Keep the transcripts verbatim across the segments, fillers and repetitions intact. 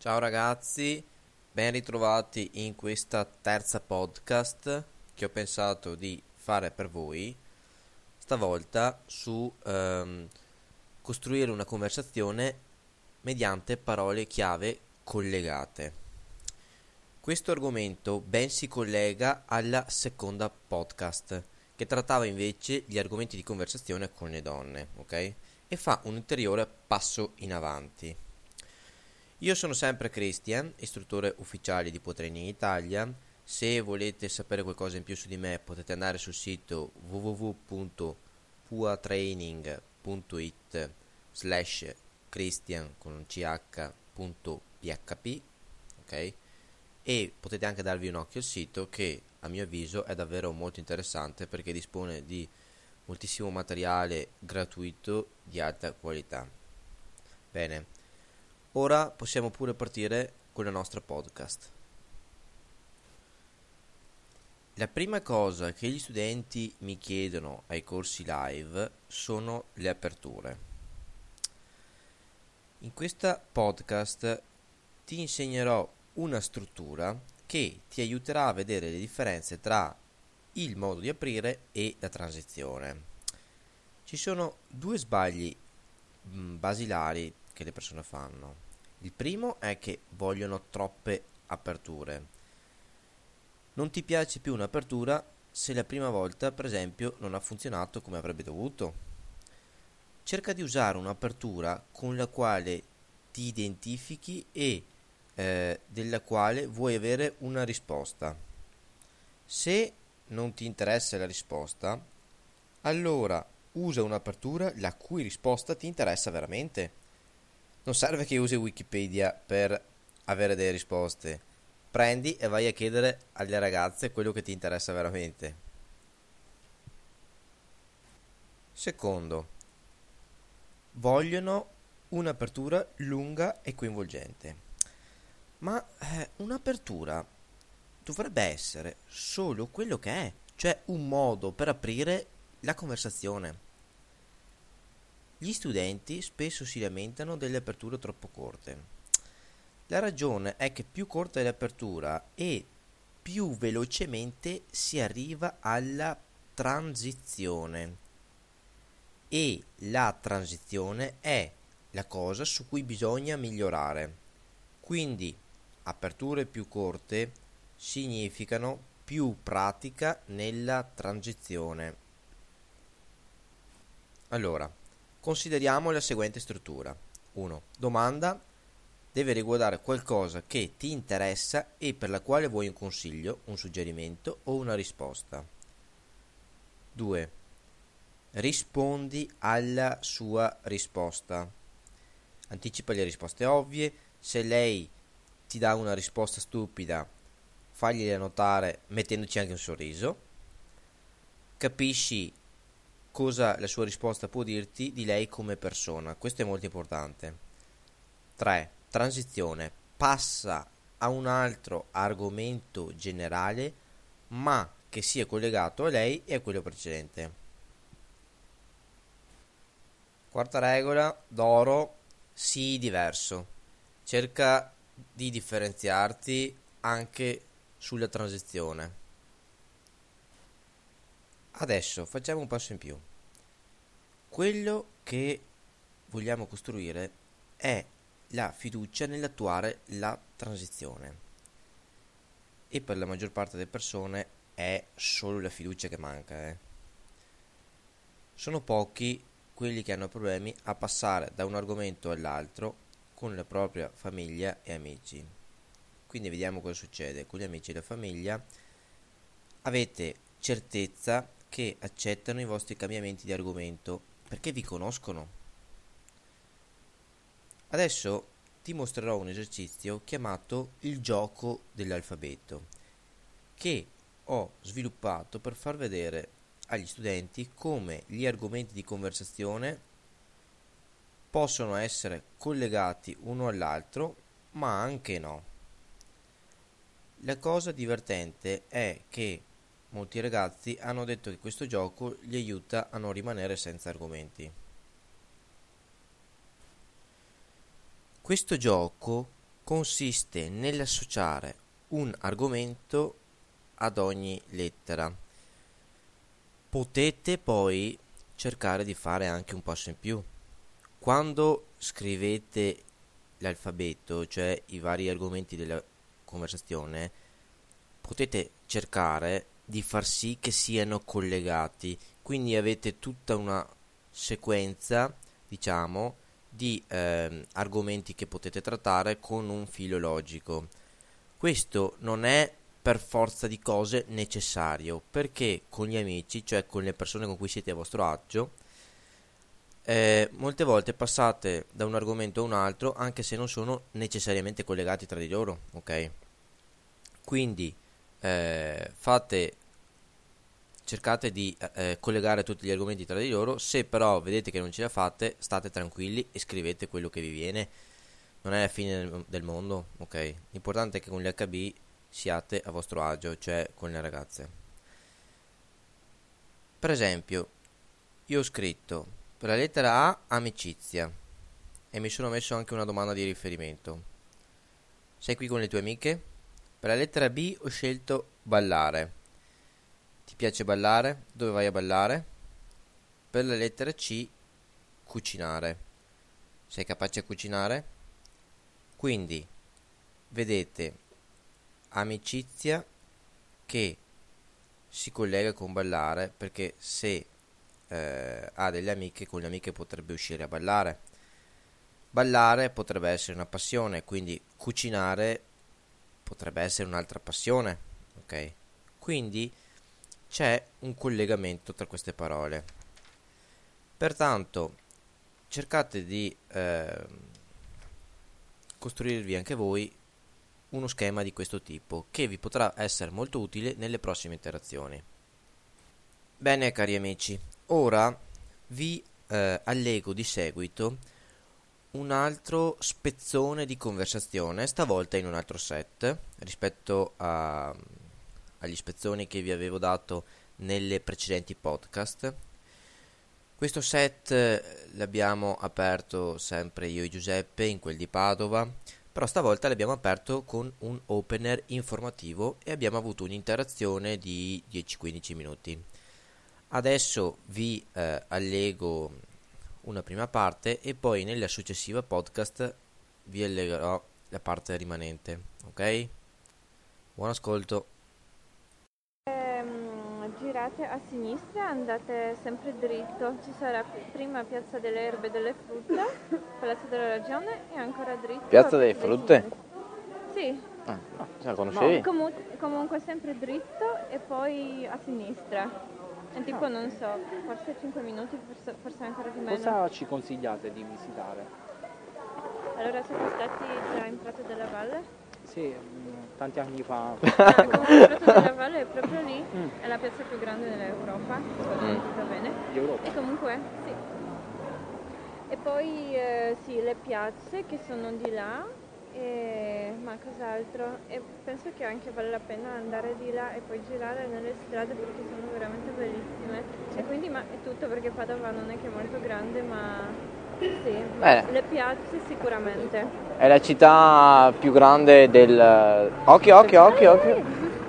Ciao ragazzi, ben ritrovati in questa terza podcast che ho pensato di fare per voi, stavolta su ehm, costruire una conversazione mediante parole chiave collegate. Questo argomento ben si collega alla seconda podcast, che trattava invece gli argomenti di conversazione con le donne, ok? E fa un ulteriore passo in avanti. Io sono sempre Christian, istruttore ufficiale di PuaTraining Italia. Se volete sapere qualcosa in più su di me potete andare sul sito w w w punto puatraining punto it slash christian con un ch.php, ok? E potete anche darvi un occhio al sito che a mio avviso è davvero molto interessante perché dispone di moltissimo materiale gratuito di alta qualità. Bene, ora possiamo pure partire con la nostra podcast. La prima cosa che gli studenti mi chiedono ai corsi live sono le aperture. In questa podcast ti insegnerò una struttura che ti aiuterà a vedere le differenze tra il modo di aprire e la transizione. Ci sono due sbagli mh, basilari che le persone fanno. Il primo è che vogliono troppe aperture. Non ti piace più un'apertura se la prima volta, per esempio, non ha funzionato come avrebbe dovuto. Cerca di usare un'apertura con la quale ti identifichi e eh, della quale vuoi avere una risposta. Se non ti interessa la risposta, allora usa un'apertura la cui risposta ti interessa veramente. Non serve che usi Wikipedia per avere delle risposte. Prendi e vai a chiedere alle ragazze quello che ti interessa veramente. Secondo, vogliono un'apertura lunga e coinvolgente. Ma eh, un'apertura dovrebbe essere solo quello che è, cioè un modo per aprire la conversazione. Gli studenti spesso si lamentano delle aperture troppo corte. La ragione è che più corta è l'apertura e più velocemente si arriva alla transizione. E la transizione è la cosa su cui bisogna migliorare. Quindi aperture più corte significano più pratica nella transizione. Allora, consideriamo la seguente struttura. uno. Domanda deve riguardare qualcosa che ti interessa e per la quale vuoi un consiglio, un suggerimento o una risposta. due. Rispondi alla sua risposta. Anticipa le risposte ovvie. Se lei ti dà una risposta stupida, fagliela notare mettendoci anche un sorriso. Capisci cosa la sua risposta può dirti di lei come persona. Questo è molto importante. tre. Transizione. Passa a un altro argomento generale, ma che sia collegato a lei e a quello precedente. Quarta regola d'oro, sii diverso. Cerca di differenziarti anche sulla transizione. Adesso facciamo un passo in più. Quello che vogliamo costruire è la fiducia nell'attuare la transizione. E per la maggior parte delle persone è solo la fiducia che manca. Eh. Sono pochi quelli che hanno problemi a passare da un argomento all'altro con la propria famiglia e amici. Quindi vediamo cosa succede. Con gli amici e la famiglia avete certezza che accettano i vostri cambiamenti di argomento perché vi conoscono. Adesso ti mostrerò un esercizio chiamato il gioco dell'alfabeto che ho sviluppato per far vedere agli studenti come gli argomenti di conversazione possono essere collegati uno all'altro, ma anche no. La cosa divertente è che molti ragazzi hanno detto che questo gioco gli aiuta a non rimanere senza argomenti. Questo gioco consiste nell'associare un argomento ad ogni lettera. Potete poi cercare di fare anche un passo in più. Quando scrivete l'alfabeto, cioè i vari argomenti della conversazione, potete cercare di far sì che siano collegati, quindi avete tutta una sequenza, diciamo, di eh, argomenti che potete trattare con un filo logico. Questo non è per forza di cose necessario, perché con gli amici, cioè con le persone con cui siete a vostro agio, eh, molte volte passate da un argomento a un altro anche se non sono necessariamente collegati tra di loro, ok? Quindi eh, fate cercate di eh, collegare tutti gli argomenti tra di loro. Se però vedete che non ce la fate, state tranquilli e scrivete quello che vi viene, non è la fine del, del mondo, ok? L'importante è che con gli acca bi siate a vostro agio, cioè con le ragazze. Per esempio, io ho scritto per la lettera A amicizia e mi sono messo anche una domanda di riferimento: sei qui con le tue amiche? Per la lettera B ho scelto ballare. Ti piace ballare? Dove vai a ballare? Per la lettera C cucinare. Sei capace a cucinare? Quindi vedete, amicizia che si collega con ballare, perché se eh, ha delle amiche, con le amiche potrebbe uscire a ballare. Ballare potrebbe essere una passione, quindi cucinare potrebbe essere un'altra passione, ok? Quindi c'è un collegamento tra queste parole. Pertanto cercate di eh, costruirvi anche voi uno schema di questo tipo, che vi potrà essere molto utile nelle prossime interazioni. Bene cari amici, ora vi eh, allego di seguito un altro spezzone di conversazione, stavolta in un altro set rispetto a, agli spezzoni che vi avevo dato nelle precedenti podcast. Questo set l'abbiamo aperto sempre io e Giuseppe in quel di Padova, però stavolta l'abbiamo aperto con un opener informativo e abbiamo avuto un'interazione di dieci quindici minuti. Adesso vi eh, allego una prima parte e poi nella successiva podcast vi allegherò la parte rimanente, ok? Buon ascolto. Ehm, girate a sinistra, andate sempre dritto, ci sarà prima Piazza delle Erbe e delle Frutta, Palazzo della Ragione e ancora dritto. Piazza delle Frutte? Sì. Ah, no, la conoscevi? No, comu- comunque sempre dritto e poi a sinistra. È tipo, non so, forse cinque minuti, forse, forse ancora di meno. Cosa ci consigliate di visitare? Allora, siete stati già in Prato della Valle? Sì, mh, tanti anni fa. Ah, comunque Prato della Valle è proprio lì, Mm. è la piazza più grande dell'Europa, Mm. va bene? Di Europa. E comunque, sì. E poi, eh, sì, le piazze che sono di là, e... ma cos'altro? E penso che anche vale la pena andare di là e poi girare nelle strade perché sono veramente bellissime. E quindi, ma è tutto perché Padova non è che è molto grande, ma sì, ma Eh. le piazze sicuramente. È la città più grande del... Occhio, occhio, occhio, occhio.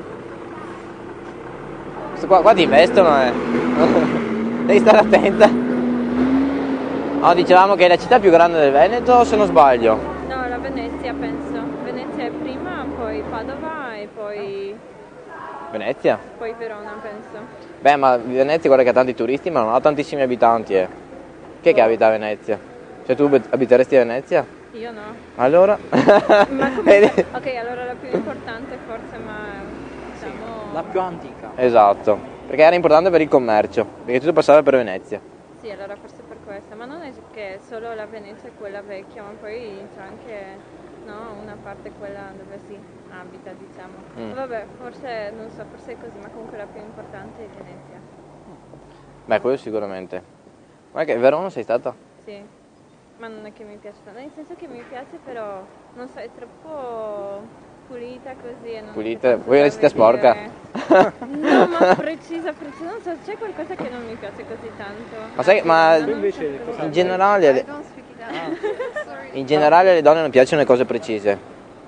Questo qua, qua ti investono, eh. Devi stare attenta. No, dicevamo che è la città più grande del Veneto, se non sbaglio. No, la Venezia penso. Venezia è prima, poi Padova e poi, Venezia? poi Verona penso. Beh, ma Venezia guarda che ha tanti turisti, ma non ha tantissimi abitanti, eh. Chi è che abita a Venezia? Cioè tu abiteresti a Venezia? Io no. Allora? Ma comunque, ok, allora la più importante forse, ma diciamo... La più antica. Esatto, perché era importante per il commercio, perché tutto passava per Venezia. Sì, allora forse per questo, ma non è che solo la Venezia è quella vecchia, ma poi c'è anche, no, una parte quella dove si abita, diciamo. Mm. Vabbè, forse, non so, forse è così, ma comunque la più importante è Venezia. Beh, quello sicuramente. Ma che Verona sei stata? Sì, ma non è che mi piace tanto, nel senso che mi piace però, non so, è troppo pulita così e non Pulita? c'è tanto Vuoi da una città vedere. sporca? No, ma precisa, precisa, non so, c'è qualcosa che non mi piace così tanto. Ma sai, ma non invece so cosa- cos'è. in generale, I don't speak Italian. Sorry. in generale alle donne non piacciono le cose precise.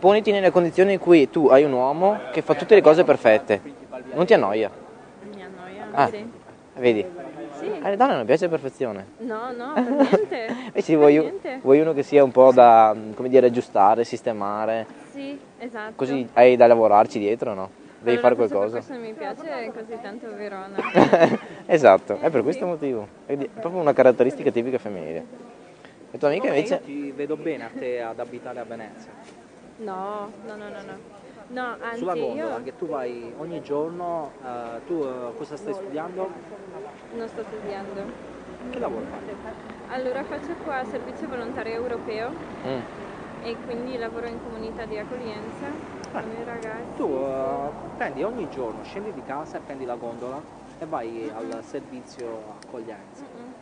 poniti nelle condizioni in cui tu hai un uomo che fa tutte le cose perfette, non ti annoia? Mi annoia, Ah. sì. Vedi? Sì. Alle donne non piace la perfezione. No, no, per niente. Invece Per vuoi, niente. vuoi uno che sia un po' da, come dire, aggiustare, sistemare, Sì, esatto. così hai da lavorarci dietro, no? Devi allora, fare forse qualcosa. Per questo mi piace così tanto Verona. Esatto, è per Sì. questo motivo. È di- è proprio una caratteristica tipica femminile. E tua amica No, invece? io ti vedo bene a te ad abitare a Venezia. No, no, no, no, no. No, anzi Sulla gondola, io che tu vai ogni giorno, eh, tu eh, cosa stai studiando? non sto studiando. Che lavoro fai? Allora faccio qua servizio volontario europeo Mm. e quindi lavoro in comunità di accoglienza con i ragazzi. Tu eh, prendi ogni giorno, scendi di casa e prendi la gondola e vai al servizio accoglienza.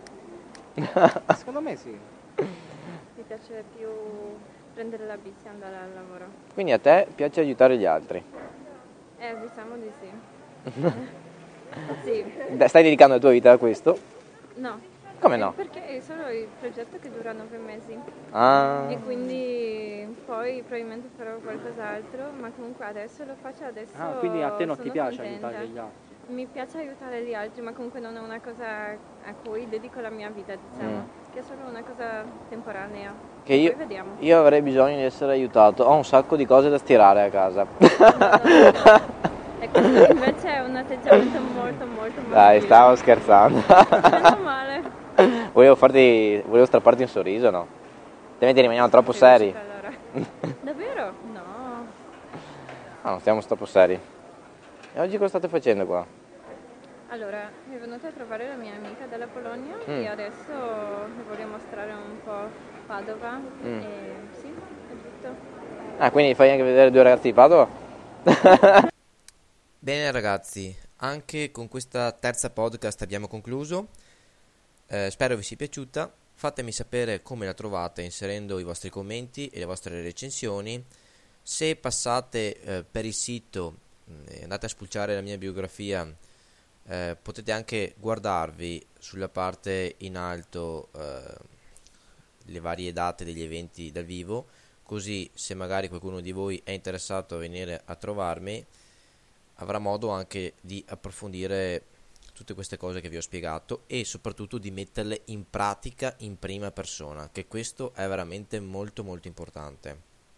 Mm-mm. Secondo me sì. Mi piace più prendere la bici e andare al lavoro. Quindi a te piace aiutare gli altri. Eh, diciamo di sì. Sì, Dai, stai dedicando la tua vita a questo? no. Come Eh, no? Perché è solo il progetto che dura nove mesi Ah, e quindi poi probabilmente farò qualcos'altro, ma comunque adesso lo faccio adesso. Ah, quindi a te non sono ti piace contenta. aiutare gli altri? Mi piace aiutare gli altri, ma comunque non è una cosa a cui dedico la mia vita, diciamo, Mm. che è solo una cosa temporanea. che io, Poi vediamo. io avrei bisogno di essere aiutato. Ho un sacco di cose da stirare a casa. No, no, no, no. E questo invece è un atteggiamento molto molto maschile. Dai, stavo scherzando. Meno male. Volevo farti, volevo strapparti un sorriso, no? Altrimenti rimaniamo troppo Sei seri. uscita allora. Davvero? No. Ah, non stiamo troppo seri. E oggi cosa state facendo qua? Allora, mi è venuta a trovare la mia amica dalla Polonia Mm. e adesso le voglio mostrare un po' Padova Mm. e sì, è tutto. Ah, quindi fai anche vedere due ragazzi di Padova? Bene ragazzi, anche con questa terza podcast abbiamo concluso. Eh, spero vi sia piaciuta. Fatemi sapere come la trovate inserendo i vostri commenti e le vostre recensioni. Se passate eh, per il sito e andate a spulciare la mia biografia, eh, potete anche guardarvi sulla parte in alto eh, le varie date degli eventi dal vivo, così se magari qualcuno di voi è interessato a venire a trovarmi avrà modo anche di approfondire tutte queste cose che vi ho spiegato e soprattutto di metterle in pratica in prima persona, che questo è veramente molto molto importante.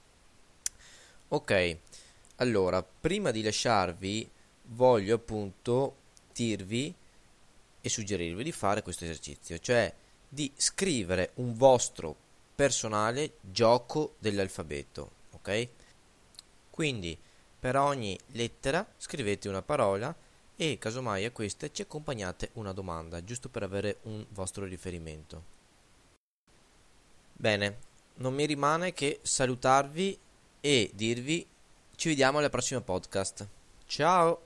Ok, allora prima di lasciarvi voglio appunto dirvi e suggerirvi di fare questo esercizio, cioè di scrivere un vostro personale gioco dell'alfabeto, ok? Quindi per ogni lettera scrivete una parola e casomai a queste ci accompagnate una domanda, giusto per avere un vostro riferimento. Bene, non mi rimane che salutarvi e dirvi ci vediamo alla prossima podcast. Ciao!